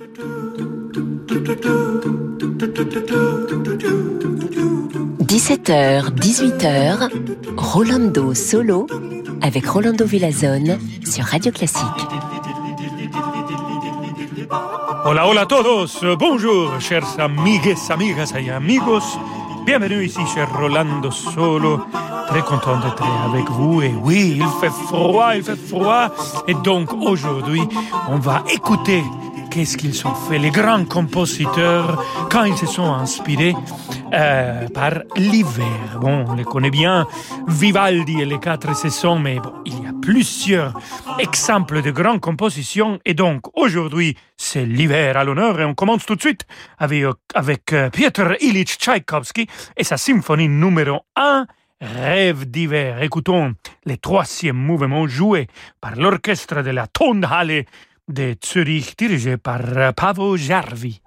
17h, 18h, Rolando Solo avec Rolando Villazone sur Radio Classique. Hola, hola a todos. Bonjour, chers amigues, amigas et amigos. Bienvenue ici chez Rolando Solo. Très content d'être avec vous. Et oui, il fait froid. Et donc, aujourd'hui, on va écouter qu'est-ce qu'ils ont fait, les grands compositeurs, quand ils se sont inspirés par l'hiver. Bon, on les connaît bien, Vivaldi et les 4 saisons, mais bon, il y a plusieurs exemples de grandes compositions. Et donc, aujourd'hui, c'est l'hiver à l'honneur. Et on commence tout de suite avec Piotr Ilyich Tchaïkovski et sa symphonie numéro 1, Rêve d'hiver. Écoutons le 3e mouvement joué par l'orchestre de la Tonhalle de Zurich, dirigé par Paavo Järvi.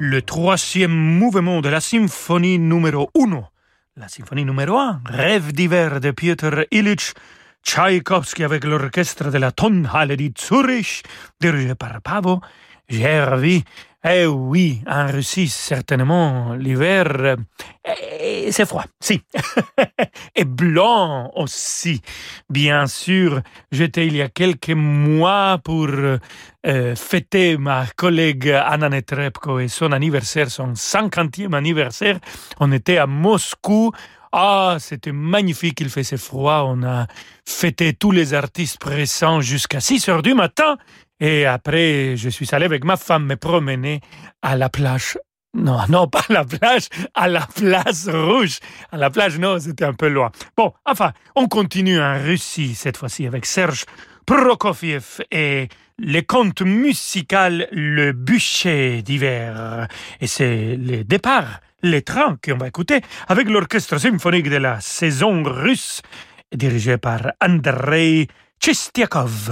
le troisième mouvement de la symphonie numéro 1. La symphonie numéro 1, Rêve d'hiver de Piotr Ilyich Tchaïkovski avec l'orchestre de la Tonhalle de Zurich, dirigé par Paavo Järvi. Eh oui, en Russie, certainement, l'hiver, c'est froid, si. Et blanc aussi, bien sûr. J'étais il y a quelques mois pour fêter ma collègue Anna Netrebko et son anniversaire, son 50e anniversaire. On était à Moscou. Ah, c'était magnifique, il faisait froid. On a fêté tous les artistes présents jusqu'à 6 heures du matin. Et après, je suis allé avec ma femme me promener à la plage. Non, pas à la plage, à la place rouge. À la plage, non, c'était un peu loin. Bon, enfin, on continue en Russie, cette fois-ci avec Serge Prokofiev et le conte musical Le Bûcher d'hiver. Et c'est le départ, les trains qu'on va écouter avec l'orchestre symphonique de la saison russe, dirigé par Andrei Chistiakov.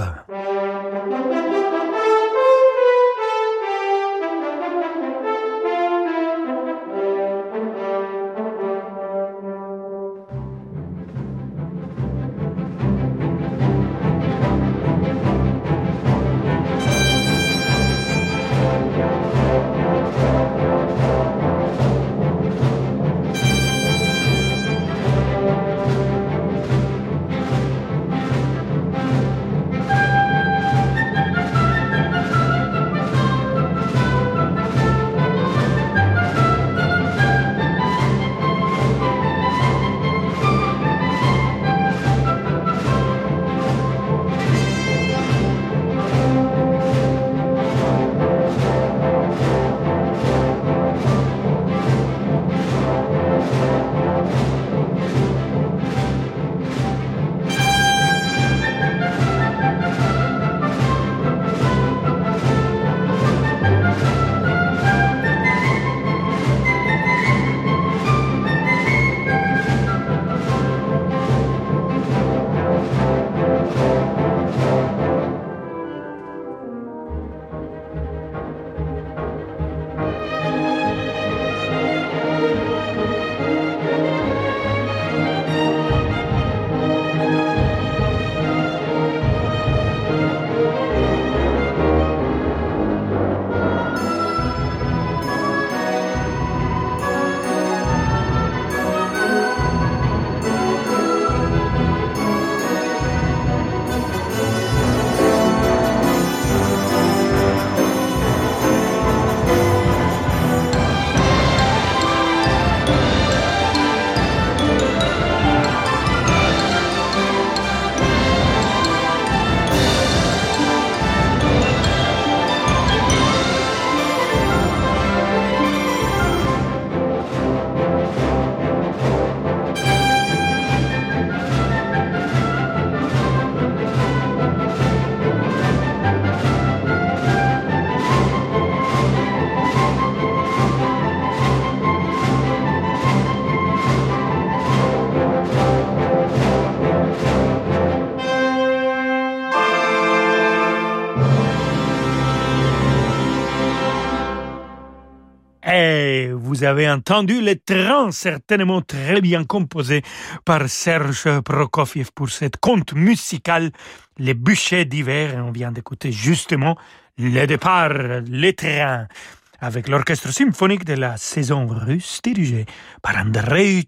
Vous avez entendu les trains certainement très bien composés par Serge Prokofiev pour cette conte musical Les Bûchers d'hiver. Et on vient d'écouter justement le départ, les trains, avec l'orchestre symphonique de la saison russe dirigé par Andrei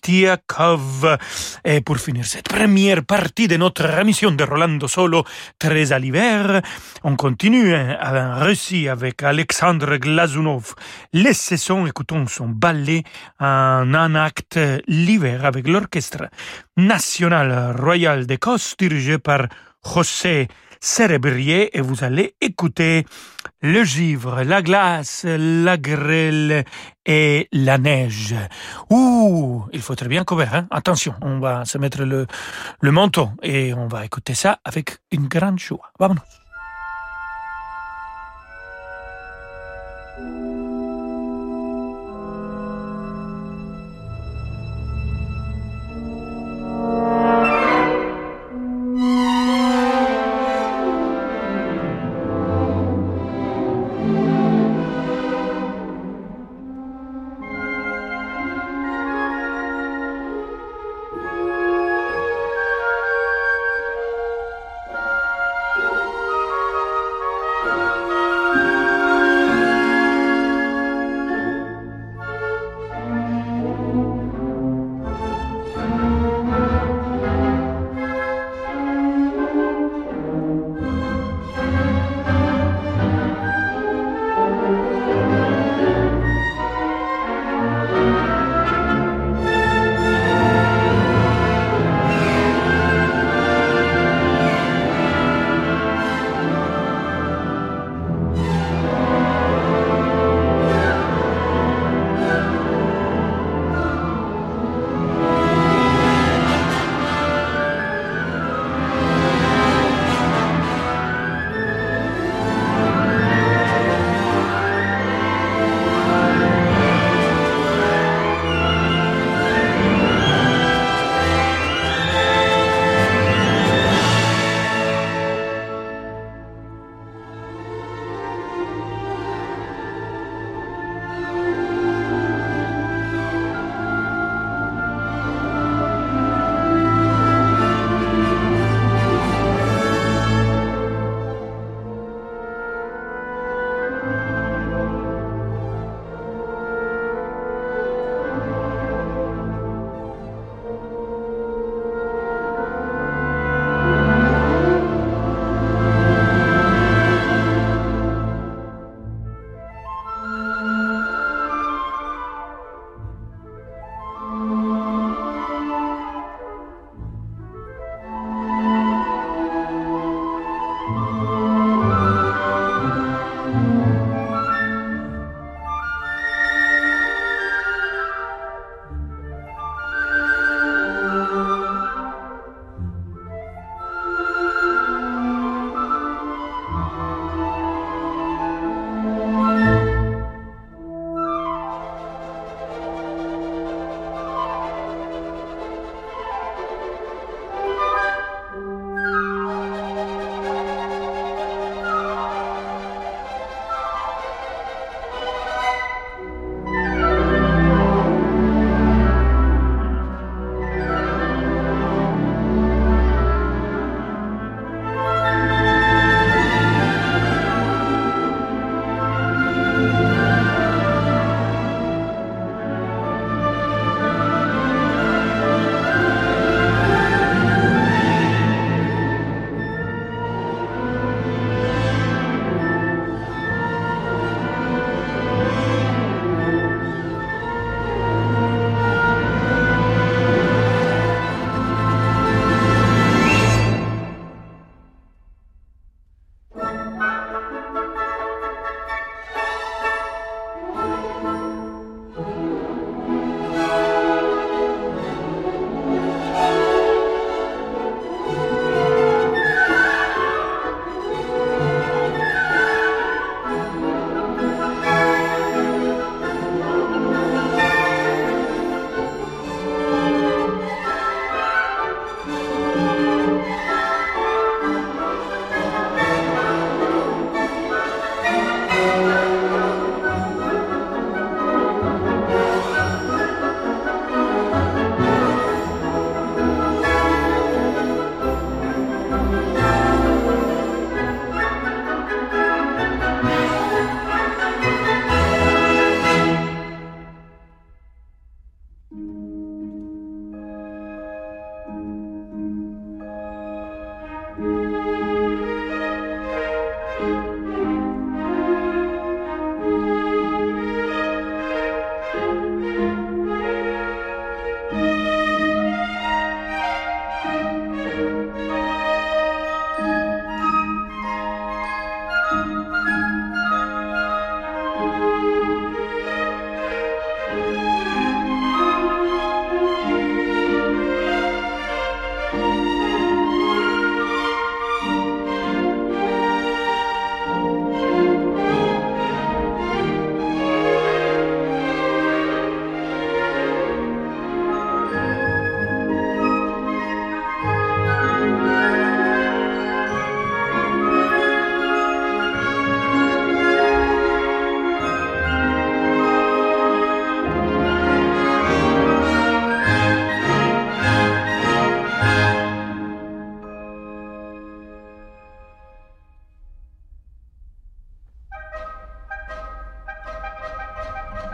Chistiakov. Et pour finir cette première partie de notre émission de Rolando Solo, très à l'hiver, on continue en Russie avec Alexandre Glazunov. Les saisons, écoutons son ballet en un acte l'hiver avec l'orchestre national royal d'Écosse dirigé par José Cérébrier, et vous allez écouter le givre, la glace, la grêle et la neige. Ouh, il faut très bien couvrir, hein? Attention, on va se mettre le manteau et on va écouter ça avec une grande joie. Vamonos.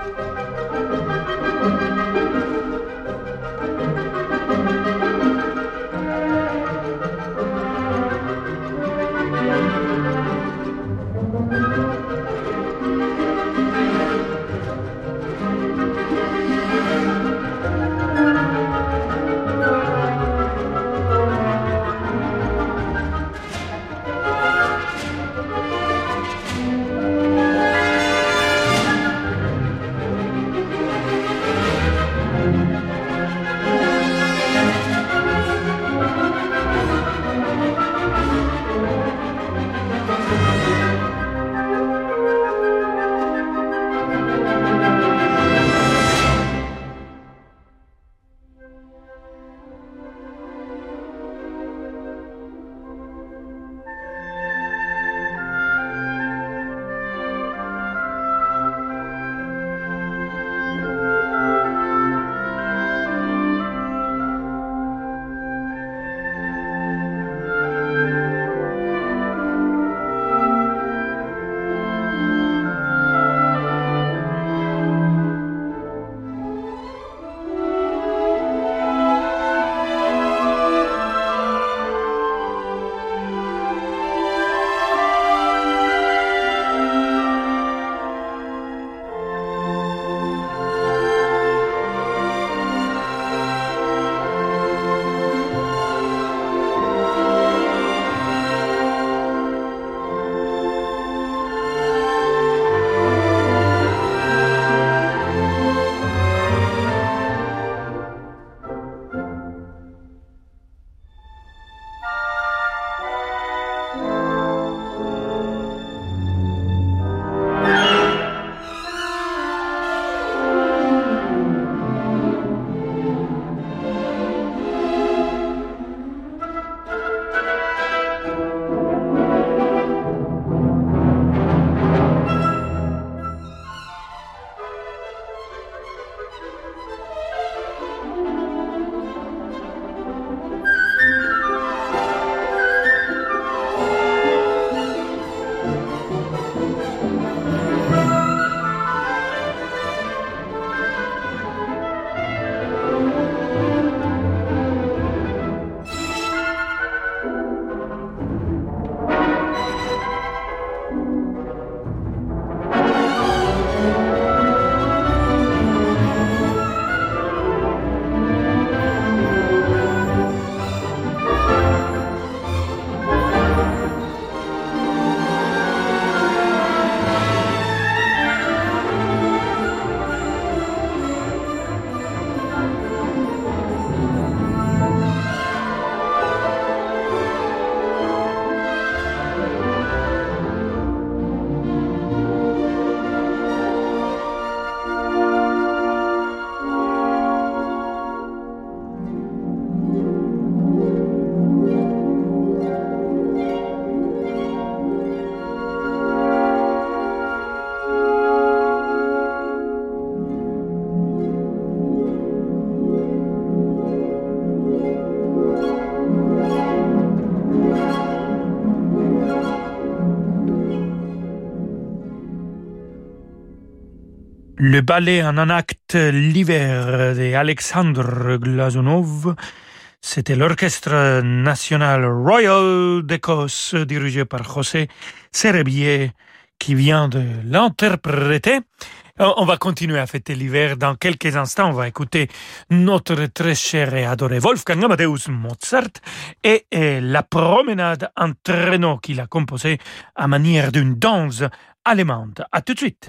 Le ballet en un acte l'hiver d'Alexandre Glazunov, c'était l'Orchestre national Royal d'Écosse dirigé par José Cerebier qui vient de l'interpréter. On va continuer à fêter l'hiver. Dans quelques instants, on va écouter notre très cher et adoré Wolfgang Amadeus Mozart et la promenade en traîneau qu'il a composée à manière d'une danse allemande. À tout de suite.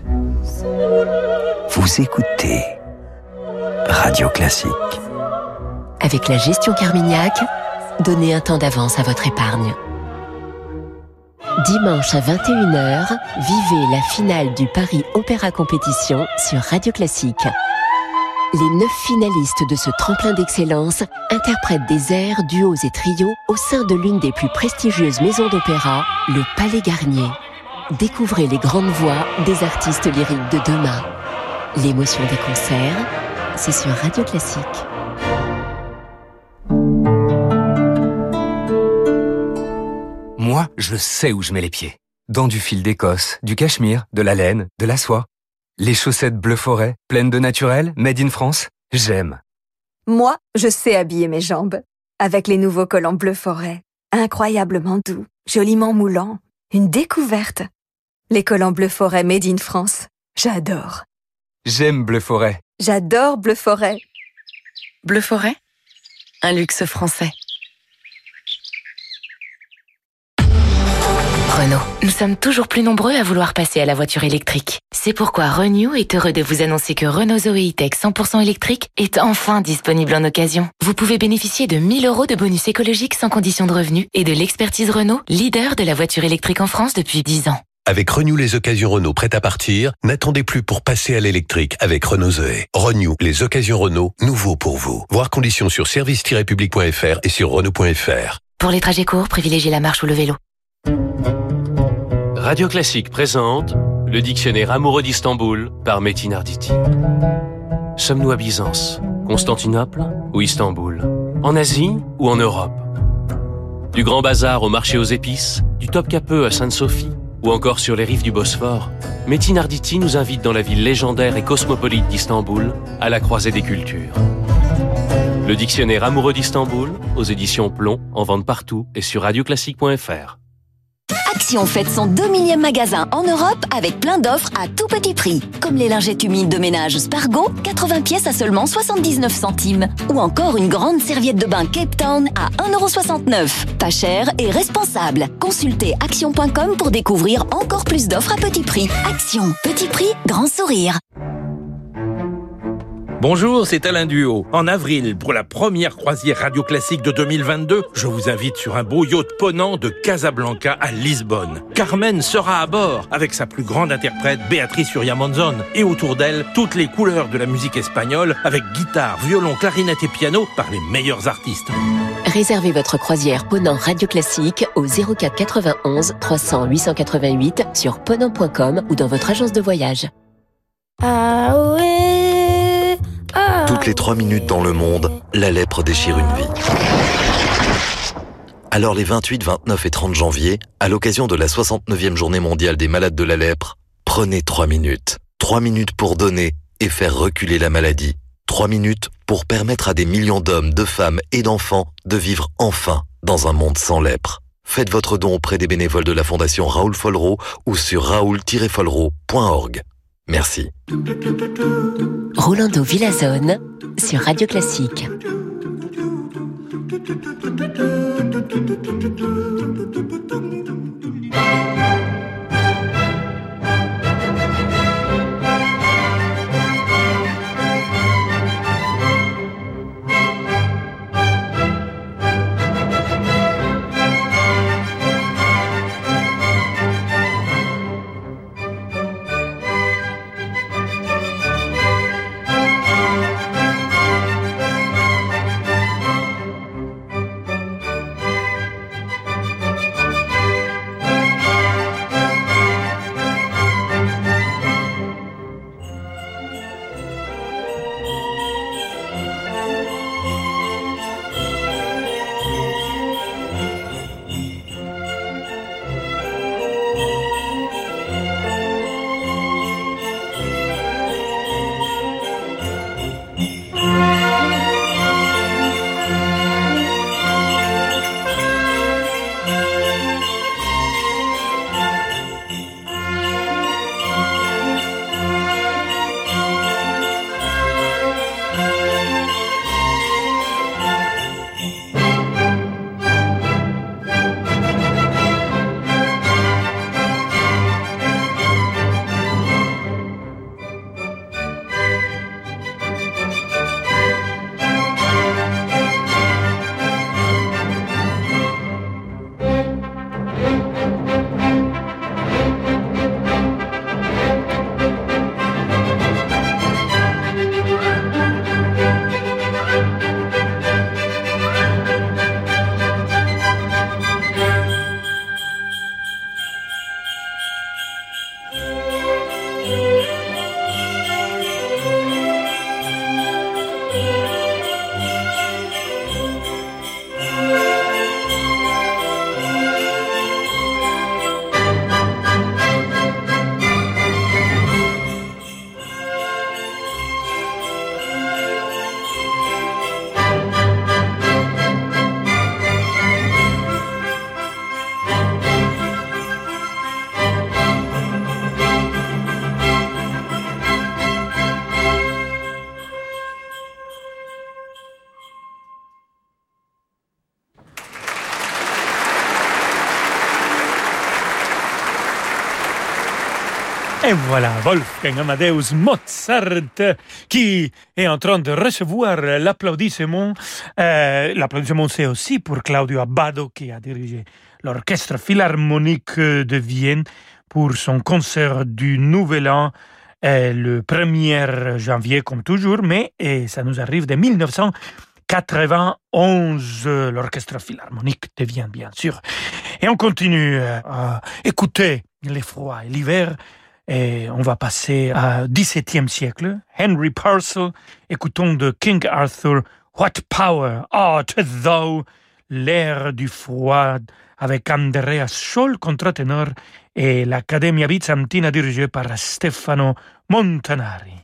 Vous écoutez Radio Classique. Avec la gestion Carmignac, donnez un temps d'avance à votre épargne. Dimanche à 21h, vivez la finale du Paris Opéra Compétition sur Radio Classique. Les 9 finalistes de ce tremplin d'excellence interprètent des airs, duos et trios au sein de l'une des plus prestigieuses maisons d'opéra, le Palais Garnier. Découvrez les grandes voix des artistes lyriques de demain. L'émotion des concerts, c'est sur Radio Classique. Moi, je sais où je mets les pieds. Dans du fil d'Écosse, du cachemire, de la laine, de la soie. Les chaussettes bleu forêt, pleines de naturel, made in France, j'aime. Moi, je sais habiller mes jambes. Avec les nouveaux collants bleu forêt. Incroyablement doux, joliment moulants. Une découverte. Les collants bleu forêt made in France. J'adore. J'aime bleu forêt. J'adore bleu forêt. Bleu forêt, un luxe français. Renault. Nous sommes toujours plus nombreux à vouloir passer à la voiture électrique. C'est pourquoi Renew est heureux de vous annoncer que Renault Zoe E-Tech 100% électrique est enfin disponible en occasion. Vous pouvez bénéficier de 1 000 € de bonus écologique sans condition de revenu et de l'expertise Renault, leader de la voiture électrique en France depuis 10 ans. Avec Renew les occasions Renault prêtes à partir, n'attendez plus pour passer à l'électrique avec Renault Zoe. Renew les occasions Renault, nouveau pour vous. Voir conditions sur service-public.fr et sur Renault.fr. Pour les trajets courts, privilégiez la marche ou le vélo. Radio Classique présente le dictionnaire amoureux d'Istanbul par Metin Arditi. Sommes-nous à Byzance, Constantinople ou Istanbul? En Asie ou en Europe? Du Grand Bazar au marché aux épices, du Topkapi à Sainte-Sophie ou encore sur les rives du Bosphore, Metin Arditi nous invite dans la ville légendaire et cosmopolite d'Istanbul, à la croisée des cultures. Le dictionnaire amoureux d'Istanbul, aux éditions Plomb, en vente partout et sur radioclassique.fr. Action fête son 2 millième magasin en Europe avec plein d'offres à tout petit prix. Comme les lingettes humides de ménage Spargo, 80 pièces à seulement 79 centimes. Ou encore une grande serviette de bain Cape Town à 1,69 €. Pas cher et responsable. Consultez action.com pour découvrir encore plus d'offres à petit prix. Action, petit prix, grand sourire. Bonjour, c'est Alain Duhaut. En avril, pour la première croisière Radio Classique de 2022, je vous invite sur un beau yacht ponant de Casablanca à Lisbonne. Carmen sera à bord avec sa plus grande interprète Béatrice Uria Monzon et autour d'elle, toutes les couleurs de la musique espagnole avec guitare, violon, clarinette et piano par les meilleurs artistes. Réservez votre croisière Ponant Radio Classique au 04 91 300 888 sur ponant.com ou dans votre agence de voyage. Toutes les 3 minutes dans le monde, la lèpre déchire une vie. Alors les 28, 29 et 30 janvier, à l'occasion de la 69e journée mondiale des malades de la lèpre, prenez 3 minutes. 3 minutes pour donner et faire reculer la maladie. 3 minutes pour permettre à des millions d'hommes, de femmes et d'enfants de vivre enfin dans un monde sans lèpre. Faites votre don auprès des bénévoles de la Fondation Raoul Follereau ou sur raoul-follereau.org. Merci. Rolando Villazone sur Radio Classique. Et voilà, Wolfgang Amadeus Mozart qui est en train de recevoir l'applaudissement. L'applaudissement, c'est aussi pour Claudio Abbado qui a dirigé l'Orchestre Philharmonique de Vienne pour son concert du Nouvel An le 1er janvier, comme toujours, mais ça nous arrive de 1991, l'Orchestre Philharmonique de Vienne, bien sûr. Et on continue à écouter les froids et l'hiver. Et on va passer au XVIIe siècle. Henry Purcell, écoutons de King Arthur, What Power Art Thou, l'air du froid, avec Andreas Scholl, contre-ténor, et l'Accademia Bizantina dirigée par Stefano Montanari.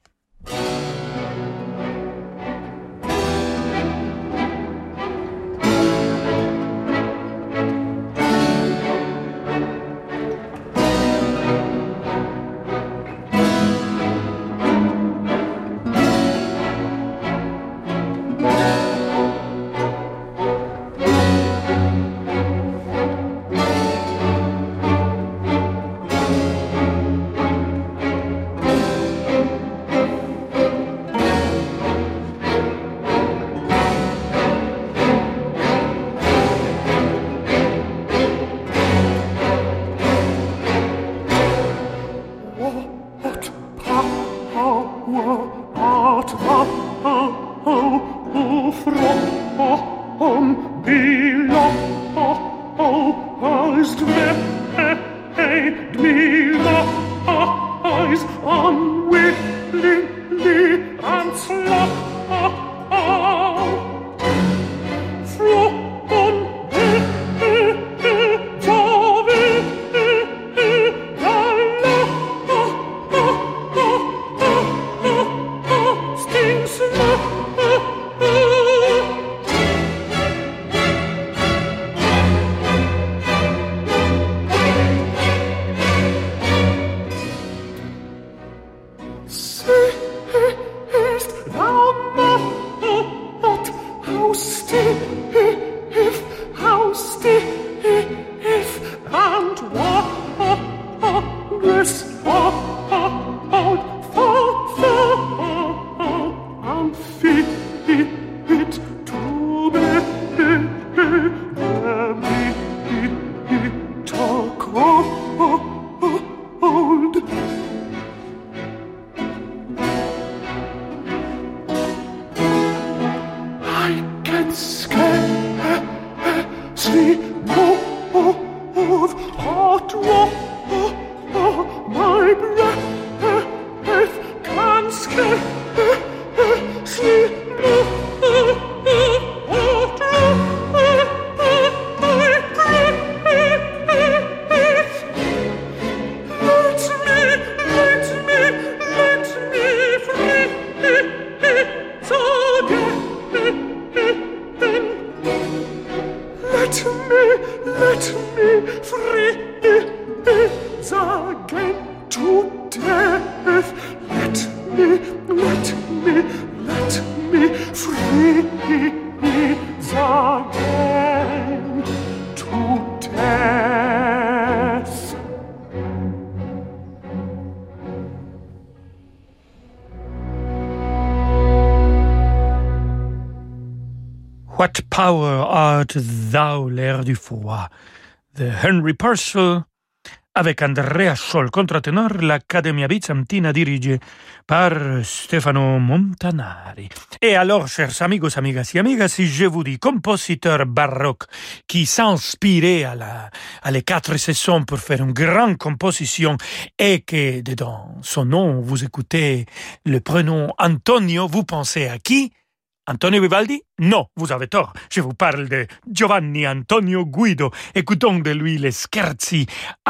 What Power Art Thou, l'air du froid, de Henry Purcell, avec Andrea Scholl, contre-ténor, l'Accademia Bizantina dirigée par Stefano Montanari. Et alors, chers amigos, amigas et amigas, si je vous dis compositeur baroque qui s'inspirait à les 4 saisons pour faire une grande composition et que dedans son nom, vous écoutez le prénom Antonio, vous pensez à qui? Antonio Vivaldi? Non, vous avez tort. Je vous parle de Giovanni Antonio Guido. Écoutons de lui les scherzi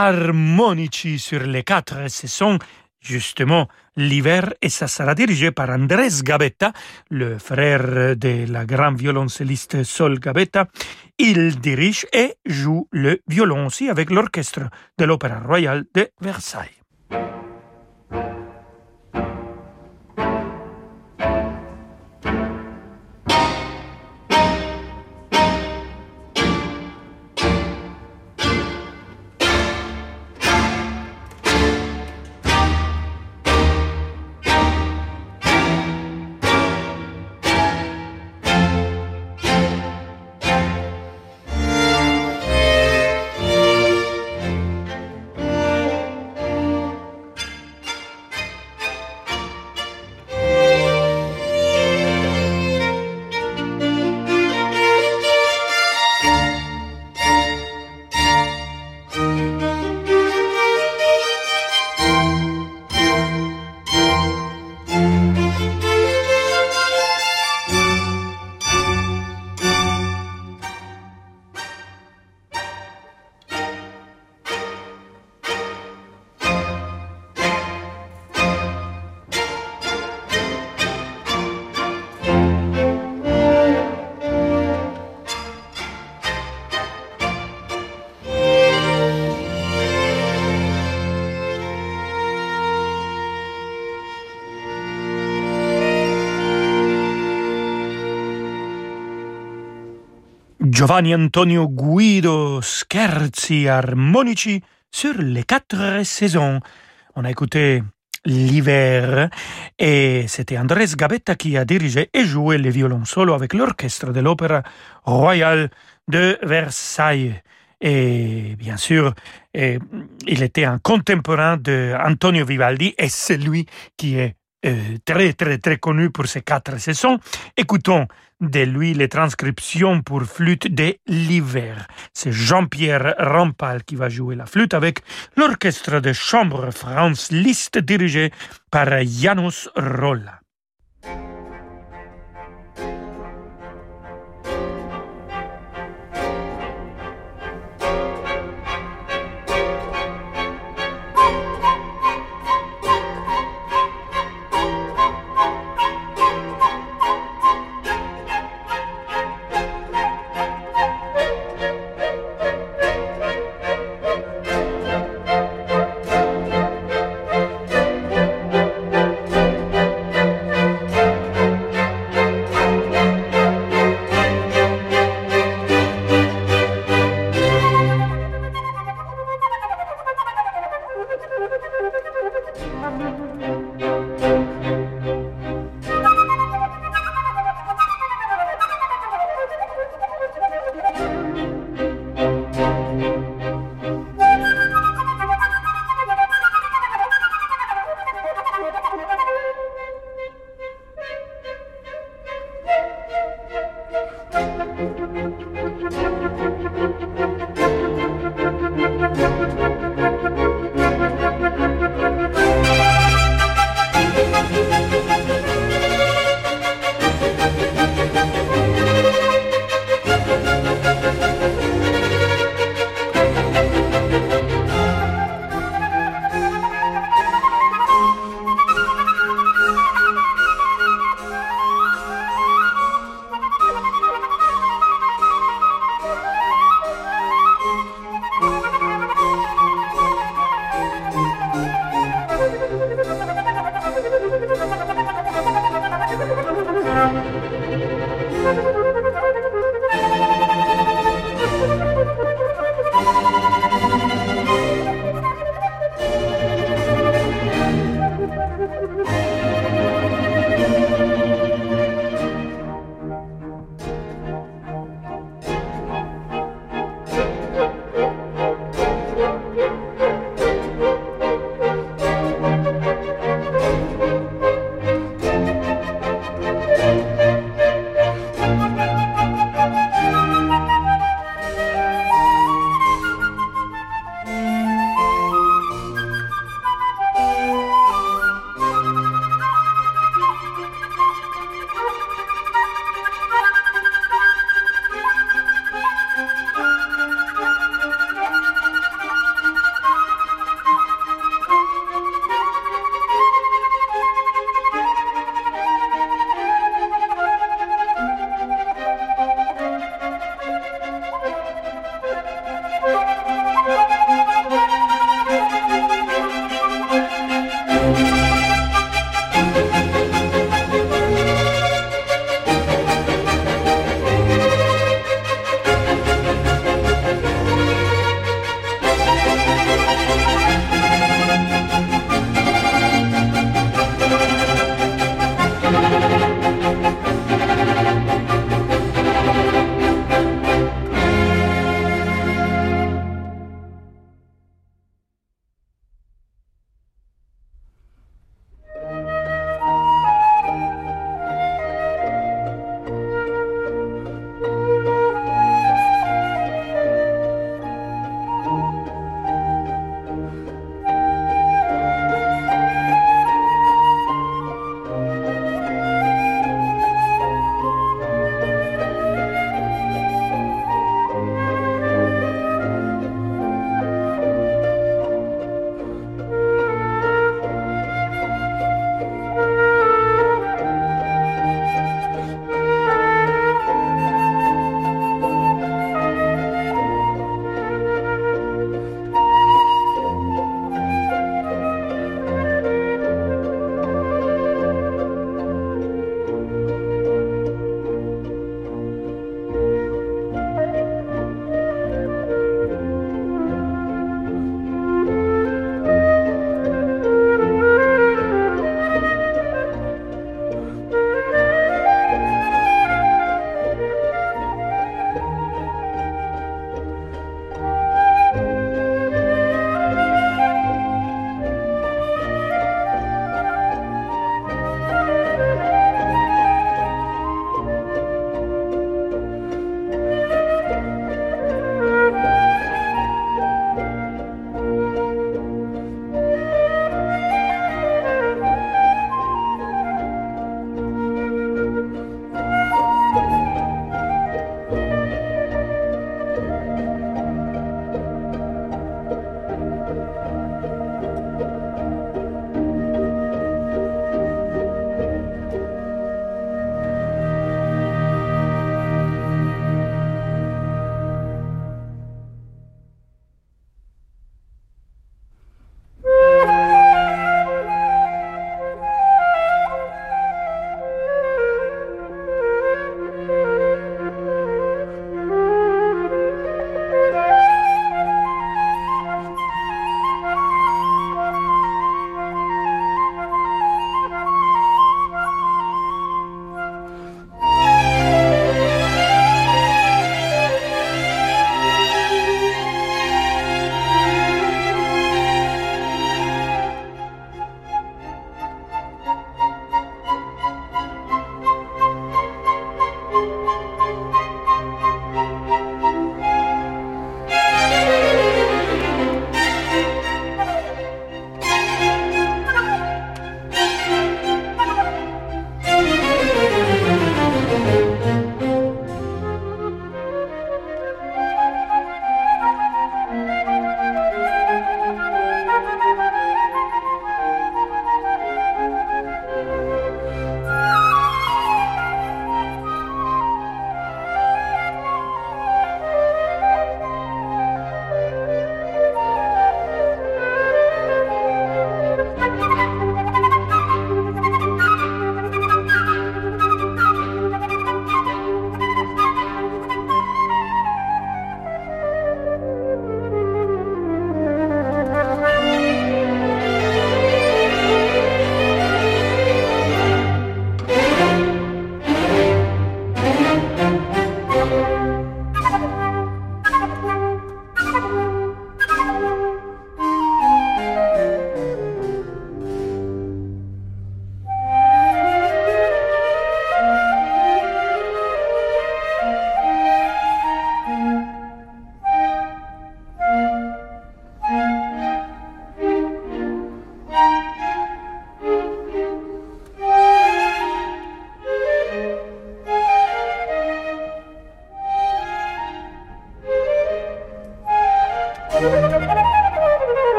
armonici sur les 4 saisons, justement l'hiver, et ça sera dirigé par Andrés Gabetta, le frère de la grande violoncelliste Sol Gabetta. Il dirige et joue le violon aussi avec l'orchestre de l'Opéra Royal de Versailles. Giovanni Antonio Guido Scherzi armonici sur les 4 saisons. On a écouté l'hiver et c'était Andrés Gabetta qui a dirigé et joué le violon solo avec l'orchestre de l'Opéra Royal de Versailles. Et bien sûr, il était un contemporain d'Antonio Vivaldi et c'est lui qui est très très très connu pour ses 4 saisons. Écoutons de lui les transcriptions pour flûte de l'hiver. C'est Jean-Pierre Rampal qui va jouer la flûte avec l'orchestre de chambre Franz Liszt dirigé par János Rolla.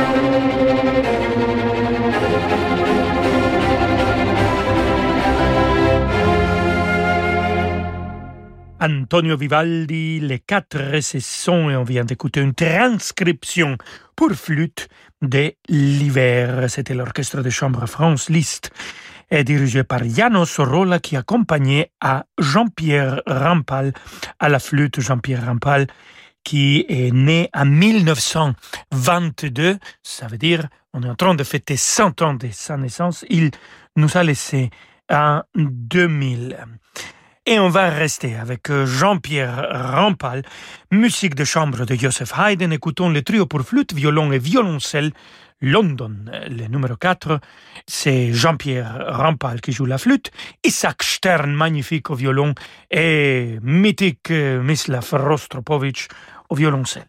Antonio Vivaldi, les 4 saisons, et on vient d'écouter une transcription pour flûte de l'hiver. C'était l'orchestre de chambre France Liszt, et dirigé par János Sorolla, qui accompagnait à Jean-Pierre Rampal à la flûte. Jean-Pierre Rampal, qui est né en 1922, ça veut dire on est en train de fêter 100 ans de sa naissance. Il nous a laissé en 2000. Et on va rester avec Jean-Pierre Rampal, musique de chambre de Joseph Haydn. Écoutons le trio pour flûte, violon et violoncelle, London. Le numéro 4, c'est Jean-Pierre Rampal qui joue la flûte, Isaac Stern, magnifique au violon, et mythique Mislav Rostropovitch au violoncelle.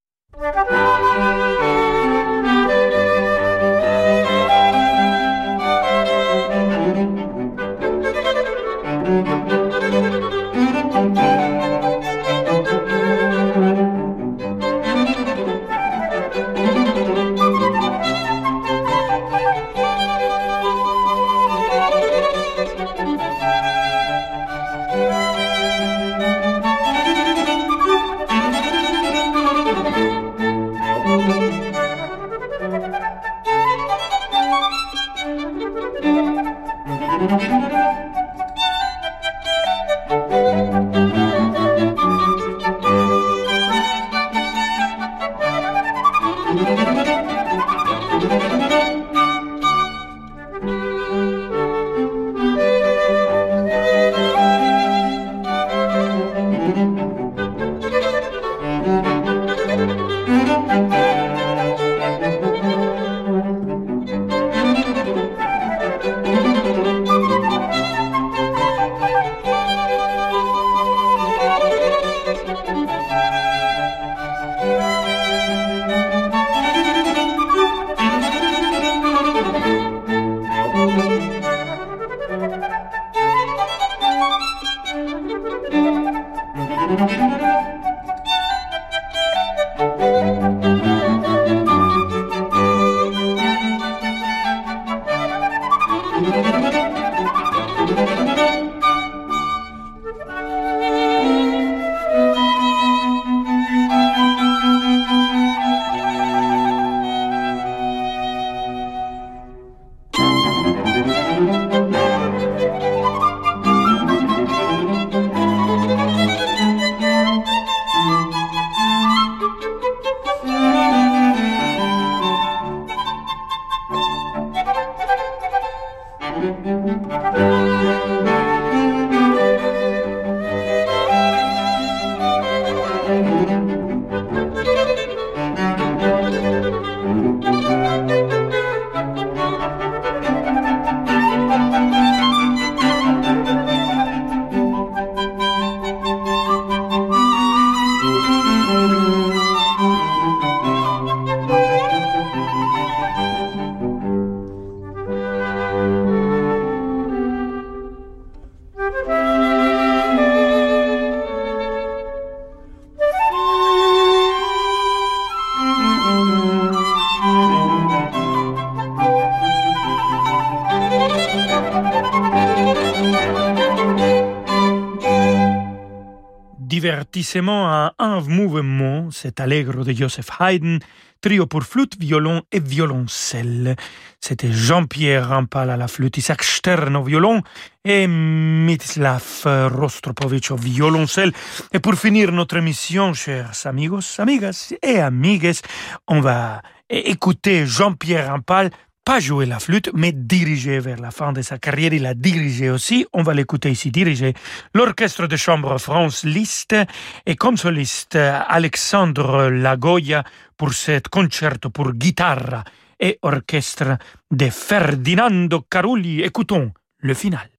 Divertissement à un mouvement, c'est Allegro de Joseph Haydn, trio pour flûte, violon et violoncelle. C'était Jean-Pierre Rampal à la flûte, Isaac Stern au violon et Mislav Rostropovitch au violoncelle. Et pour finir notre émission, chers amigos, amigas et amigues, on va écouter Jean-Pierre Rampal, pas jouer la flûte, mais diriger vers la fin de sa carrière. Il a dirigé aussi, on va l'écouter ici, diriger l'orchestre de chambre France Liszt et comme soliste Alexandre Lagoya pour cet concerto pour guitare et orchestre de Ferdinando Carulli. Écoutons le final.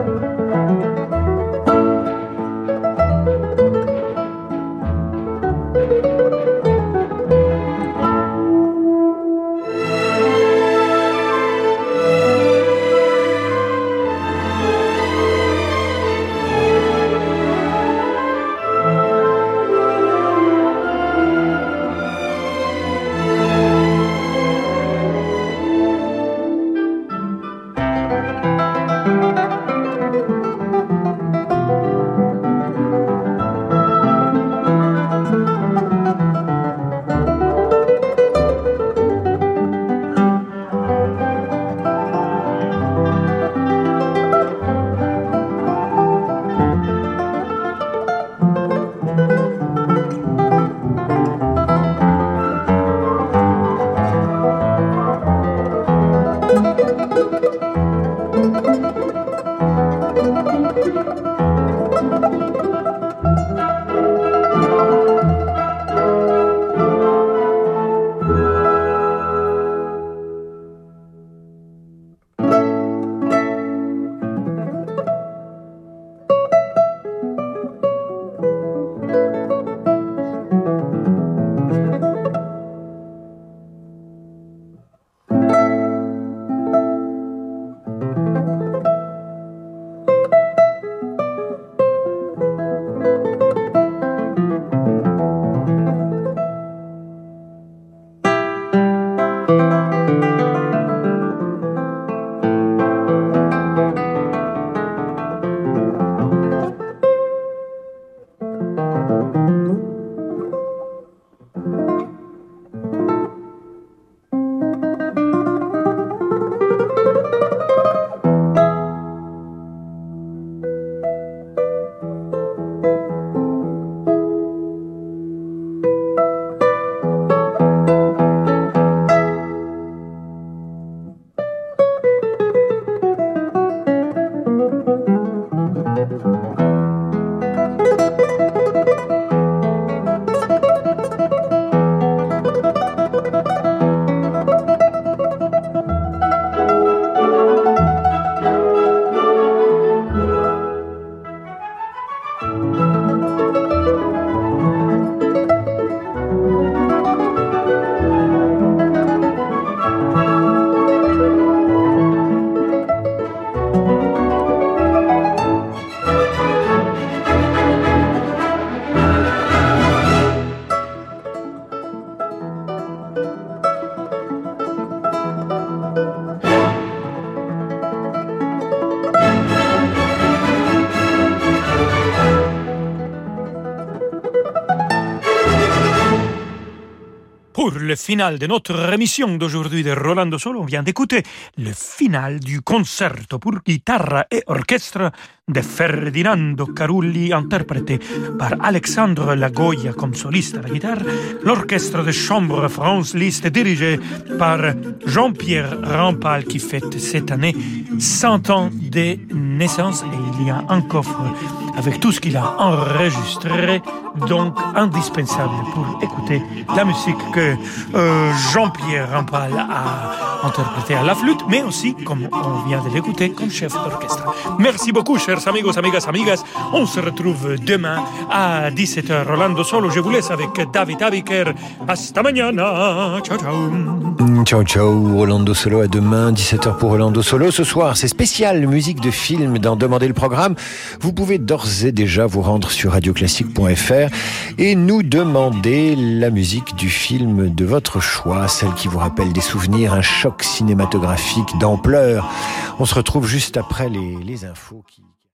Pour le final de notre émission d'aujourd'hui de Rolando Solo, on vient d'écouter le final du concerto pour guitare et orchestre de Ferdinando Carulli, interprété par Alexandre Lagoya comme soliste à la guitare, l'orchestre de chambre France Liszt dirigé par Jean-Pierre Rampal qui fête cette année 100 ans de naissance, et il y a un coffre avec tout ce qu'il a enregistré, donc indispensable pour écouter la musique que Jean-Pierre Rampal a interprétée à la flûte, mais aussi, comme on vient de l'écouter, comme chef d'orchestre. Merci beaucoup, chers amigos, amigas. On se retrouve demain à 17h. Rolando Solo, je vous laisse avec David Abiker. Hasta mañana. Ciao, ciao. Ciao, ciao. Rolando Solo, à demain, 17h pour Rolando Solo. Ce soir, c'est spécial musique de film dans Demandez le programme. Vous pouvez d'ores et déjà vous rendre sur radioclassique.fr et nous demander la musique du film de votre choix, celle qui vous rappelle des souvenirs, un choc cinématographique d'ampleur. On se retrouve juste après les infos qui...